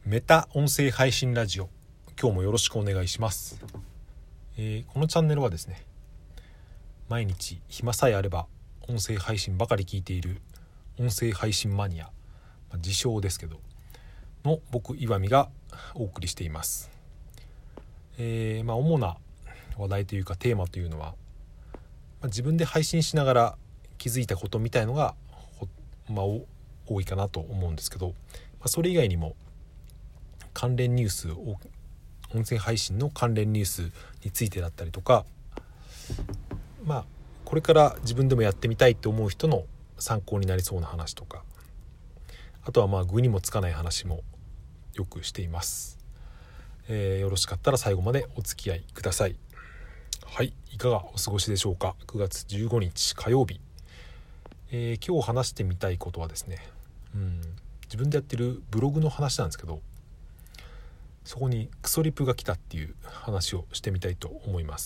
メタ音声配信ラジオ、今日もよろしくお願いします。このチャンネルはですね、毎日暇さえあれば音声配信ばかり聞いている音声配信マニア、自称ですけどの僕岩見がお送りしています。主な話題というかテーマというのは、自分で配信しながら気づいたことみたいのが多いかなと思うんですけど、それ以外にも関連ニュースを音声配信の関連ニュースについてだったりとか、これから自分でもやってみたいと思う人の参考になりそうな話とか、あとは具にもつかない話もよくしています。よろしかったら最後までお付き合いください。はい、いかがお過ごしでしょうか。9月15日火曜日、今日話してみたいことはですね、自分でやってるブログの話なんですけど、そこにクソリプが来たっていう話をしてみたいと思います。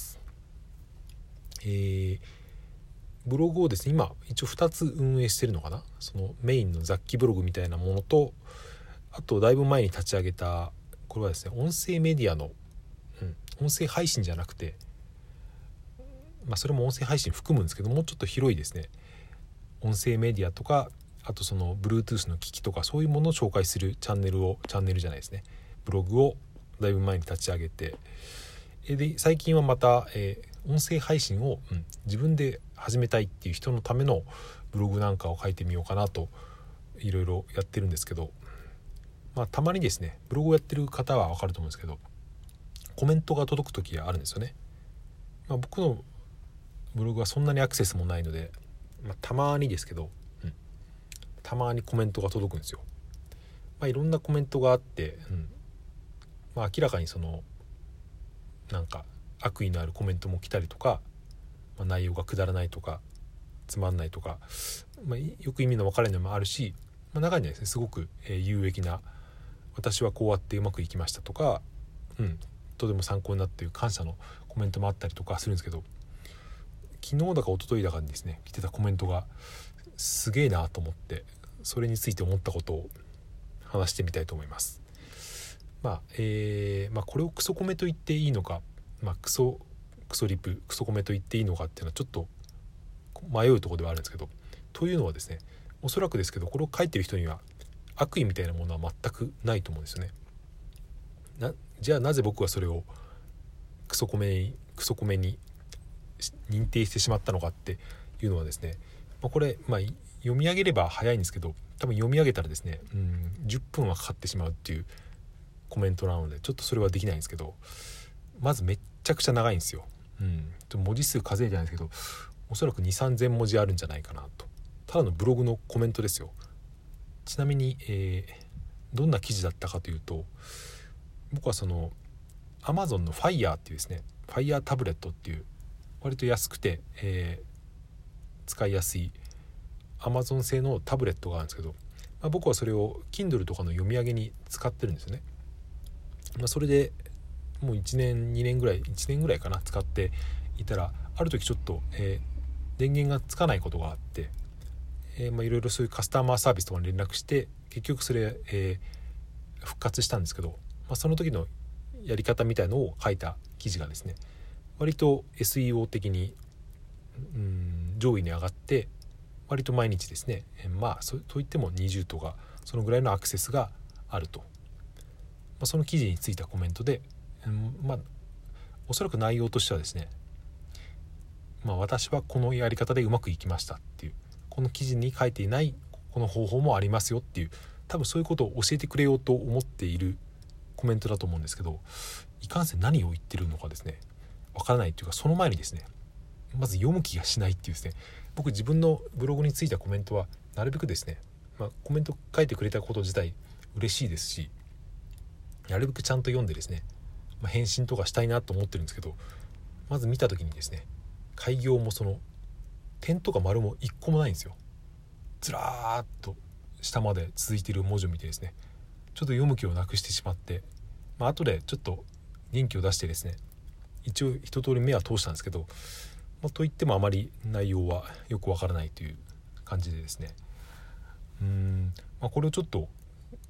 ブログをですね、今一応2つ運営してるのかな。そのメインの雑記ブログみたいなものと、あとだいぶ前に立ち上げた、これはですね、音声メディアの、音声配信じゃなくて、それも音声配信含むんですけど、もうちょっと広いですね、音声メディアとか、あとその Bluetooth の機器とかそういうものを紹介するチャンネルじゃないですね、ブログをだいぶ前に立ち上げて、で最近はまた、音声配信を、自分で始めたいっていう人のためのブログなんかを書いてみようかなといろいろやってるんですけど、たまにですね、ブログをやってる方は分かると思うんですけど、コメントが届く時があるんですよね。僕のブログはそんなにアクセスもないので、たまにですけど、たまにコメントが届くんですよ。いろんなコメントがあって、明らかにそのなんか悪意のあるコメントも来たりとか、内容がくだらないとかつまんないとか、よく意味の分からないのもあるし、中にはですね、すごく有益な、私はこうやってうまくいきましたとか、とても参考になっている感謝のコメントもあったりとかするんですけど、昨日だか一昨日だかにですね来てたコメントがすげえなと思って、それについて思ったことを話してみたいと思います。これをクソコメと言っていいのか、クソリプクソコメと言っていいのかっていうのはちょっと迷うところではあるんですけど、というのはですね、おそらくですけど、これを書いてる人には悪意みたいなものは全くないと思うんですよね。じゃあなぜ僕はそれをクソコメに認定してしまったのかっていうのはですね、これ、読み上げれば早いんですけど、多分読み上げたらですね、10分はかかってしまうっていうコメントなので、ちょっとそれはできないんですけど、まずめっちゃくちゃ長いんですよ。文字数数えてないんですけど、おそらく 2,3000 文字あるんじゃないかなと。ただのブログのコメントですよ。ちなみに、どんな記事だったかというと、僕はその Amazon の Fire っていうですね、Fire タブレットっていう割と安くて、使いやすい Amazon 製のタブレットがあるんですけど、僕はそれを Kindle とかの読み上げに使ってるんですよね。それでもう1年ぐらいかな使っていたら、ある時ちょっと、電源がつかないことがあって、いろいろそういうカスタマーサービスとかに連絡して結局それ、復活したんですけど、その時のやり方みたいのを書いた記事がですね、割と SEO 的に上位に上がって、割と毎日ですね、といっても20とかそのぐらいのアクセスがあると。その記事についたコメントで、おそらく内容としてはですね、私はこのやり方でうまくいきましたっていう、この記事に書いていないこの方法もありますよっていう、多分そういうことを教えてくれようと思っているコメントだと思うんですけど、いかんせん何を言ってるのかですねわからないっていうか、その前にですね、まず読む気がしないっていうですね、僕自分のブログについたコメントはなるべくですね、コメント書いてくれたこと自体嬉しいですし、なるべくちゃんと読んでですね、返信とかしたいなと思ってるんですけど、まず見た時にですね、開業もその点とか丸も一個もないんですよ。ずらーっと下まで続いている文字を見てですね、ちょっと読む気をなくしてしまって、後でちょっと元気を出してですね、一応一通り目は通したんですけど、といってもあまり内容はよくわからないという感じでですね、これをちょっと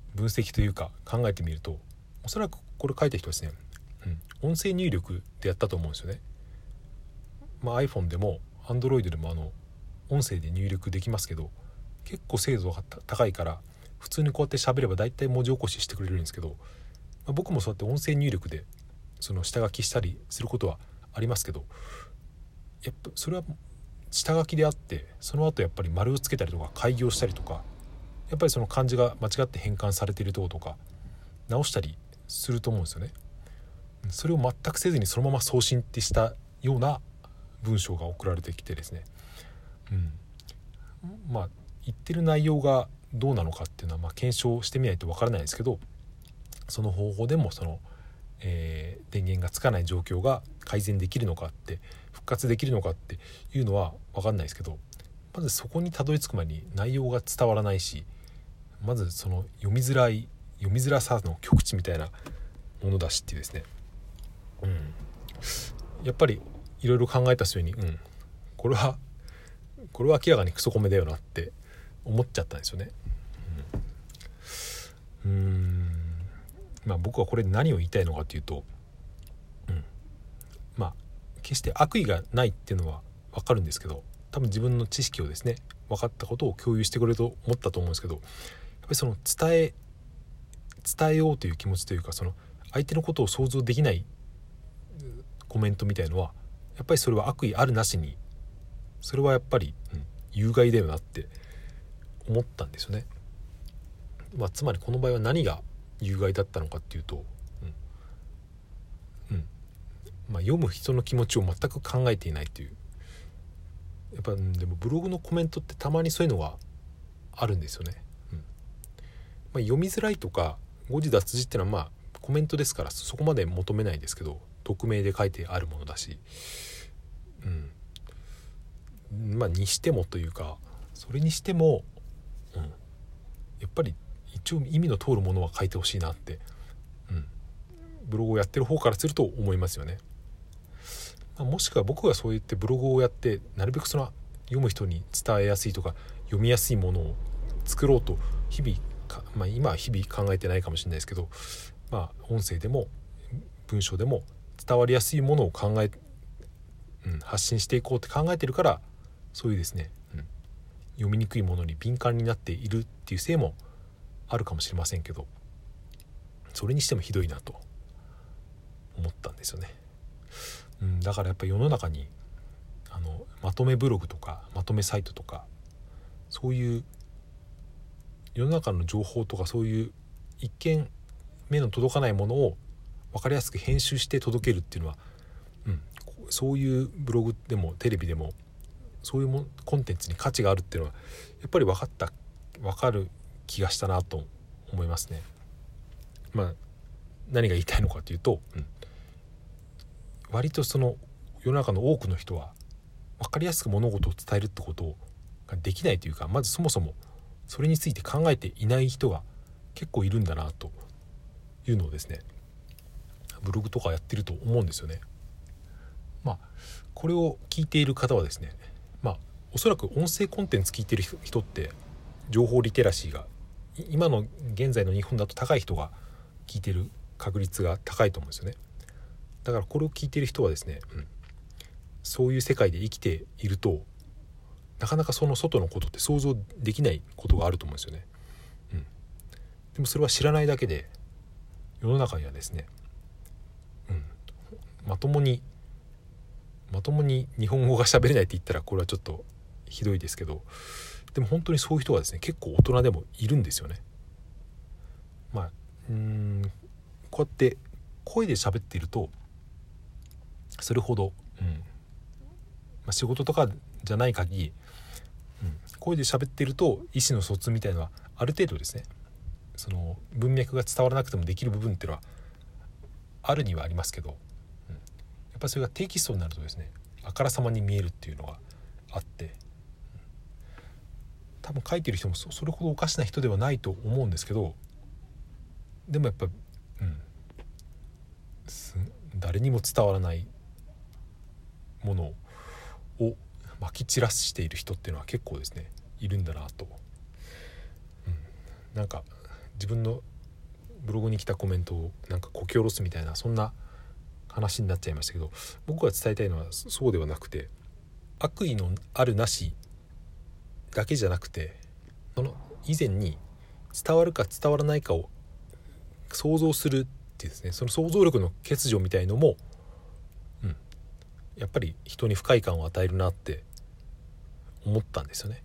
分析というか考えてみると、おそらくこれ書いた人はですね、音声入力でやったと思うんですよね。iPhone でも Android でも音声で入力できますけど、結構精度が高いから普通にこうやって喋れば大体文字起こししてくれるんですけど、僕もそうやって音声入力でその下書きしたりすることはありますけど、やっぱそれは下書きであって、その後やっぱり丸をつけたりとか改行したりとか、やっぱりその漢字が間違って変換されているところとか直したりすると思うんですよね。それを全くせずにそのまま送信ってしたような文章が送られてきてですね、言ってる内容がどうなのかっていうのは検証してみないとわからないですけど、その方法でも電源がつかない状況が改善できるのかって復活できるのかっていうのは分かんないですけど、まずそこにたどり着く前に内容が伝わらないし、まずその読みづらさの極致みたいなものだしっていうですね、やっぱりいろいろ考えた末に、これは明らかにクソコメだよなって思っちゃったんですよね。僕はこれで何を言いたいのかというと、決して悪意がないっていうのは分かるんですけど、多分自分の知識をですね分かったことを共有してくれると思ったと思うんですけど、やっぱりその伝えようという気持ちというか、その相手のことを想像できないコメントみたいのは、やっぱりそれは悪意あるなしに、それはやっぱり、有害だよなって思ったんですよね。つまりこの場合は何が有害だったのかっていうと、読む人の気持ちを全く考えていないという。やっぱでもブログのコメントってたまにそういうのがあるんですよね。読みづらいとか誤字脱字ってのはコメントですからそこまで求めないですけど、匿名で書いてあるものだし、にしてもというか、それにしても、やっぱり一応意味の通るものは書いてほしいなって、ブログをやってる方からすると思いますよね。もしくは僕がそう言ってブログをやってなるべくその読む人に伝えやすいとか読みやすいものを作ろうと日々今は日々考えてないかもしれないですけど、音声でも文章でも伝わりやすいものを発信していこうって考えてるから、そういうですね、読みにくいものに敏感になっているっていうせいもあるかもしれませんけど、それにしてもひどいなと思ったんですよね。だからやっぱり世の中にまとめブログとかまとめサイトとか、そういう世の中の情報とか、そういう一見目の届かないものを分かりやすく編集して届けるっていうのは、そういうブログでもテレビでもそういうコンテンツに価値があるっていうのはやっぱり分かる気がしたなと思いますね。何が言いたいのかというと、割とその世の中の多くの人は分かりやすく物事を伝えるってことができないというか、まずそもそもそれについて考えていない人が結構いるんだなというのをですね、ブログとかやってると思うんですよね。これを聞いている方はですね、おそらく音声コンテンツ聞いてる人って情報リテラシーが今の現在の日本だと高い人が聞いてる確率が高いと思うんですよね。だからこれを聞いている人はですね、そういう世界で生きているとなかなかその外のことって想像できないことがあると思うんですよね。でもそれは知らないだけで、世の中にはですね、まともに日本語が喋れないって言ったらこれはちょっとひどいですけど、でも本当にそういう人がですね結構大人でもいるんですよね。こうやって声で喋っているとそれほど、仕事とかじゃない限り、声で喋っていると意思の疎通みたいなのはある程度ですね、その文脈が伝わらなくてもできる部分っていうのはあるにはありますけど、やっぱりそれがテキストになるとですねあからさまに見えるっていうのがあって、多分書いてる人もそれほどおかしな人ではないと思うんですけど、でもやっぱ誰にも伝わらないものをまき散らしている人っていうのは結構ですねいるんだなと、なんか自分のブログに来たコメントをなんかこき下ろすみたいな、そんな話になっちゃいましたけど、僕が伝えたいのはそうではなくて、悪意のあるなしだけじゃなくて、その以前に伝わるか伝わらないかを想像するっていうですね、その想像力の欠如みたいのも、やっぱり人に不快感を与えるなって思ったんですよね。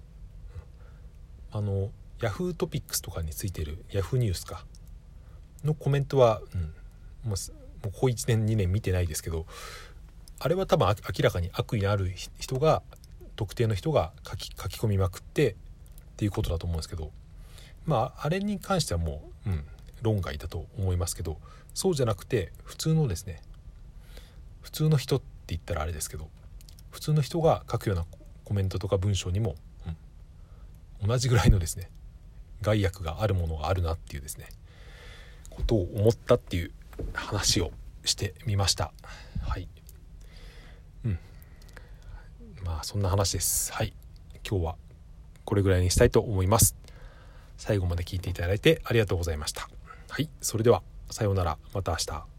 ヤフートピックスとかについてるヤフーニュースかのコメントは、もうここ1年2年見てないですけど、あれは多分明らかに悪意のある人が、特定の人が書き込みまくってっていうことだと思うんですけど、あれに関してはもう、論外だと思いますけど、そうじゃなくて普通のですね、普通の人って言ったらあれですけど、普通の人が書くようなコメントとか文章にも、同じぐらいのですね害悪があるものがあるなっていうですねことを思ったっていう話をしてみました。はい。そんな話です。はい。今日はこれぐらいにしたいと思います。最後まで聞いていただいてありがとうございました。はい。それではさようなら。また明日。